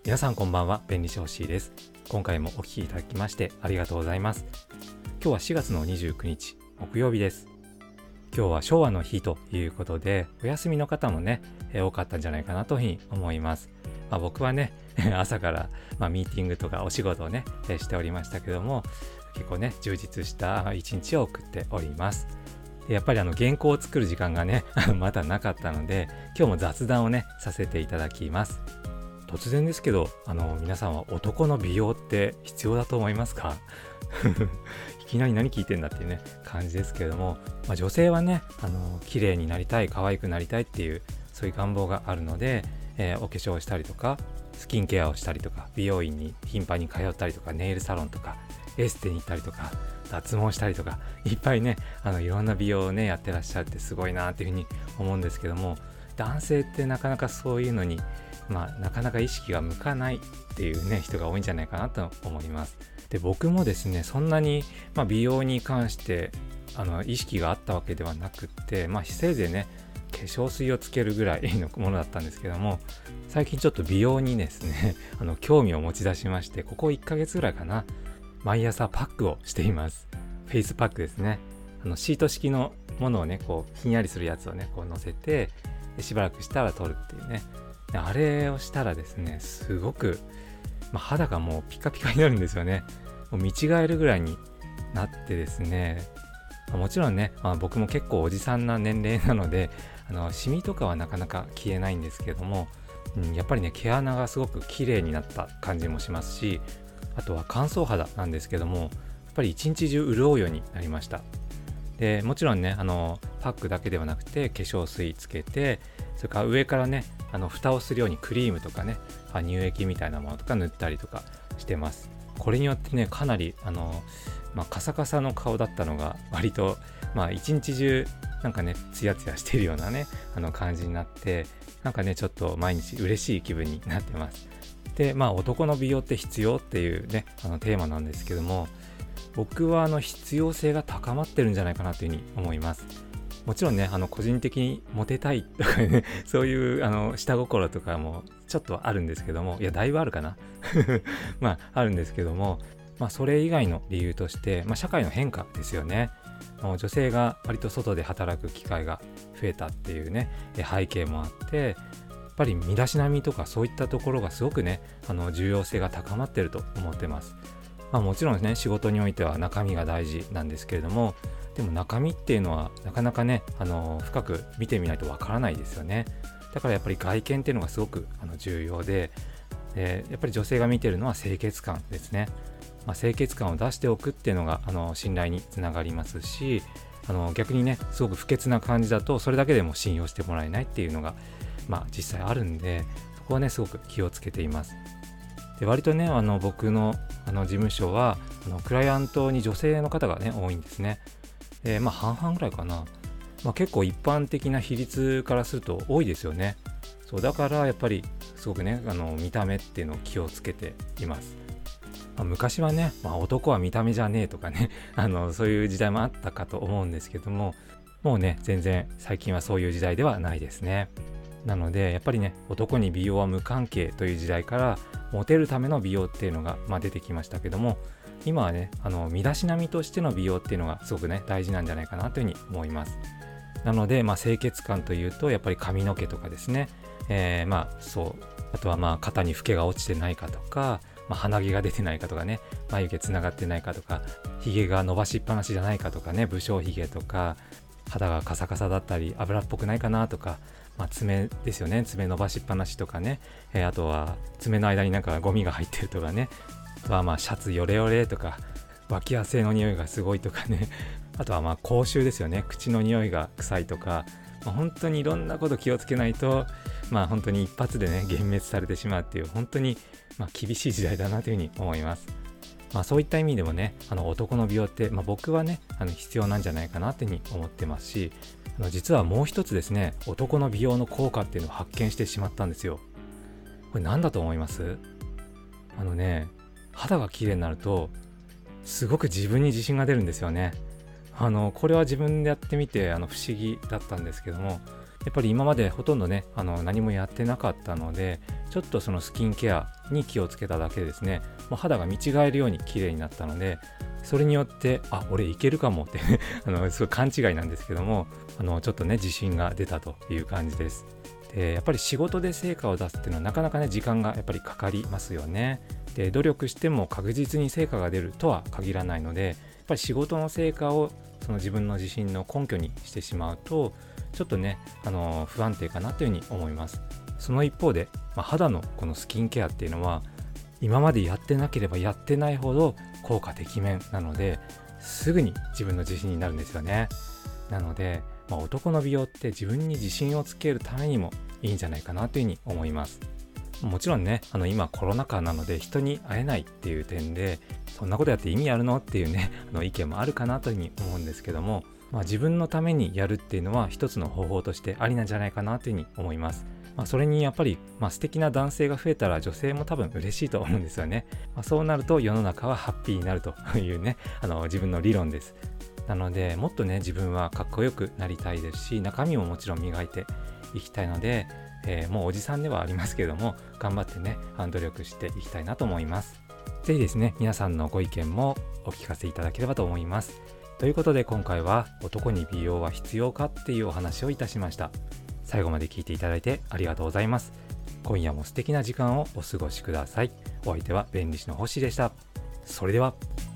皆さんこんばんは、便利ショーシーです。今回もお聞きいただきましてありがとうございます。今日は4月の29日木曜日です。今日は昭和の日ということで、お休みの方もね、多かったんじゃないかなというふうに思います。僕はね朝から、ミーティングとかお仕事をね、しておりましたけども、結構ね充実した一日を送っております。でやっぱり原稿を作る時間がねまだなかったので、今日も雑談をねさせていただきます。突然ですけど、皆さんは男の美容って必要だと思いますか？いきなり何聞いてんだっていうね感じですけれども、女性はね綺麗になりたい、可愛くなりたいっていうそういう願望があるので、お化粧をしたりとかスキンケアをしたりとか、美容院に頻繁に通ったりとか、ネイルサロンとかエステに行ったりとか、脱毛したりとか、いっぱいねいろんな美容をねやってらっしゃるってすごいなっていうふうに思うんですけども、男性ってなかなかそういうのになかなか意識が向かないっていうね人が多いんじゃないかなと思います。で僕もですね、そんなに、美容に関して意識があったわけではなくって、せいぜいね化粧水をつけるぐらいのものだったんですけども、最近ちょっと美容にですね興味を持ち出しまして、ここ1ヶ月ぐらいかな、毎朝パックをしています。フェイスパックですね。シート式のものをねこうひんやりするやつをねこう乗せて、しばらくしたら取るっていうね、あれをしたらですね、すごく、肌がもうピカピカになるんですよね。もう見違えるぐらいになってですね、もちろんね、僕も結構おじさんな年齢なので、シミとかはなかなか消えないんですけども、やっぱりね毛穴がすごく綺麗になった感じもしますし、あとは乾燥肌なんですけども、やっぱり一日中潤うようになりました。でもちろんねパックだけではなくて化粧水つけて、それから上からね蓋をするようにクリームとかね乳液みたいなものとか塗ったりとかしてます。これによってねかなりカサカサの顔だったのが割と一日中なんかねツヤツヤしてるようなね感じになって、なんかねちょっと毎日嬉しい気分になってます。で男の美容って必要っていうねテーマなんですけども、僕は必要性が高まってるんじゃないかなというふうに思います。もちろんね個人的にモテたいとかねそういう下心とかもちょっとあるんですけども、いやだいぶあるかなあるんですけども、それ以外の理由として、社会の変化ですよね。女性が割と外で働く機会が増えたっていうね背景もあって、やっぱり身だしなみとかそういったところがすごくね重要性が高まってると思ってます。もちろんね仕事においては中身が大事なんですけれども、でも中身っていうのはなかなかね深く見てみないとわからないですよね。だからやっぱり外見っていうのがすごく重要で、やっぱり女性が見てるのは清潔感ですね。清潔感を出しておくっていうのが信頼につながりますし、逆にねすごく不潔な感じだとそれだけでも信用してもらえないっていうのが実際あるんで、そこはねすごく気をつけています。で割とね僕の事務所はクライアントに女性の方がね多いんですね。半々ぐらいかな。結構一般的な比率からすると多いですよね。そうだからやっぱりすごくね見た目っていうのを気をつけています。昔はね、男は見た目じゃねえとかねそういう時代もあったかと思うんですけども、もうね全然最近はそういう時代ではないですね。なのでやっぱりね男に美容は無関係という時代からモテるための美容っていうのが出てきましたけども、今はね身だしなみとしての美容っていうのがすごくね大事なんじゃないかなというふうに思います。なので清潔感というとやっぱり髪の毛とかですね、そうあとは肩にフケが落ちてないかとか、鼻毛が出てないかとかね、眉毛つながってないかとか、ひげが伸ばしっぱなしじゃないかとかね、武将ひげとか、肌がカサカサだったり油っぽくないかなとか、爪ですよね、爪伸ばしっぱなしとかね、あとは爪の間になんかゴミが入ってるとかね、あとはシャツヨレヨレとか、脇汗の匂いがすごいとかね、あとは口臭ですよね、口の匂いが臭いとか、本当にいろんなこと気をつけないと、本当に一発でね幻滅されてしまうっていう、本当に厳しい時代だなというふうに思います。そういった意味でもね男の美容って、僕はね必要なんじゃないかなというふうに思ってますし、実はもう一つですね男の美容の効果っていうのを発見してしまったんですよ。これ何だと思います？肌が綺麗になるとすごく自分に自信が出るんですよね。これは自分でやってみて不思議だったんですけども、 やっぱり今までほとんどね何もやってなかったので、ちょっとそのスキンケアに気をつけただけでですね、もう肌が見違えるように綺麗になったので、それによって俺いけるかもってすごい勘違いなんですけども、ちょっとね自信が出たという感じです。でやっぱり仕事で成果を出すっていうのはなかなかね時間がやっぱりかかりますよね。で努力しても確実に成果が出るとは限らないので、やっぱり仕事の成果をその自分の自信の根拠にしてしまうとちょっとね不安定かなというふうに思います。その一方で、肌のこのスキンケアっていうのは今までやってなければやってないほど効果てきめんなので、すぐに自分の自信になるんですよね。なので、男の美容って自分に自信をつけるためにもいいんじゃないかなというふうに思います。もちろんね今コロナ禍なので人に会えないっていう点で、そんなことやって意味あるのっていうね意見もあるかなというふうに思うんですけども、自分のためにやるっていうのは一つの方法としてありなんじゃないかなというふうに思います。それにやっぱり、素敵な男性が増えたら女性も多分嬉しいと思うんですよね。そうなると世の中はハッピーになるというね自分の理論です。なのでもっとね自分はかっこよくなりたいですし、中身ももちろん磨いていきたいので、もうおじさんではありますけども頑張ってね努力していきたいなと思います。ぜひですね皆さんのご意見もお聞かせいただければと思います。ということで今回は男に美容は必要かっていうお話をいたしました。最後まで聞いていただいてありがとうございます。今夜も素敵な時間をお過ごしください。お相手は弁理士の星でした。それでは。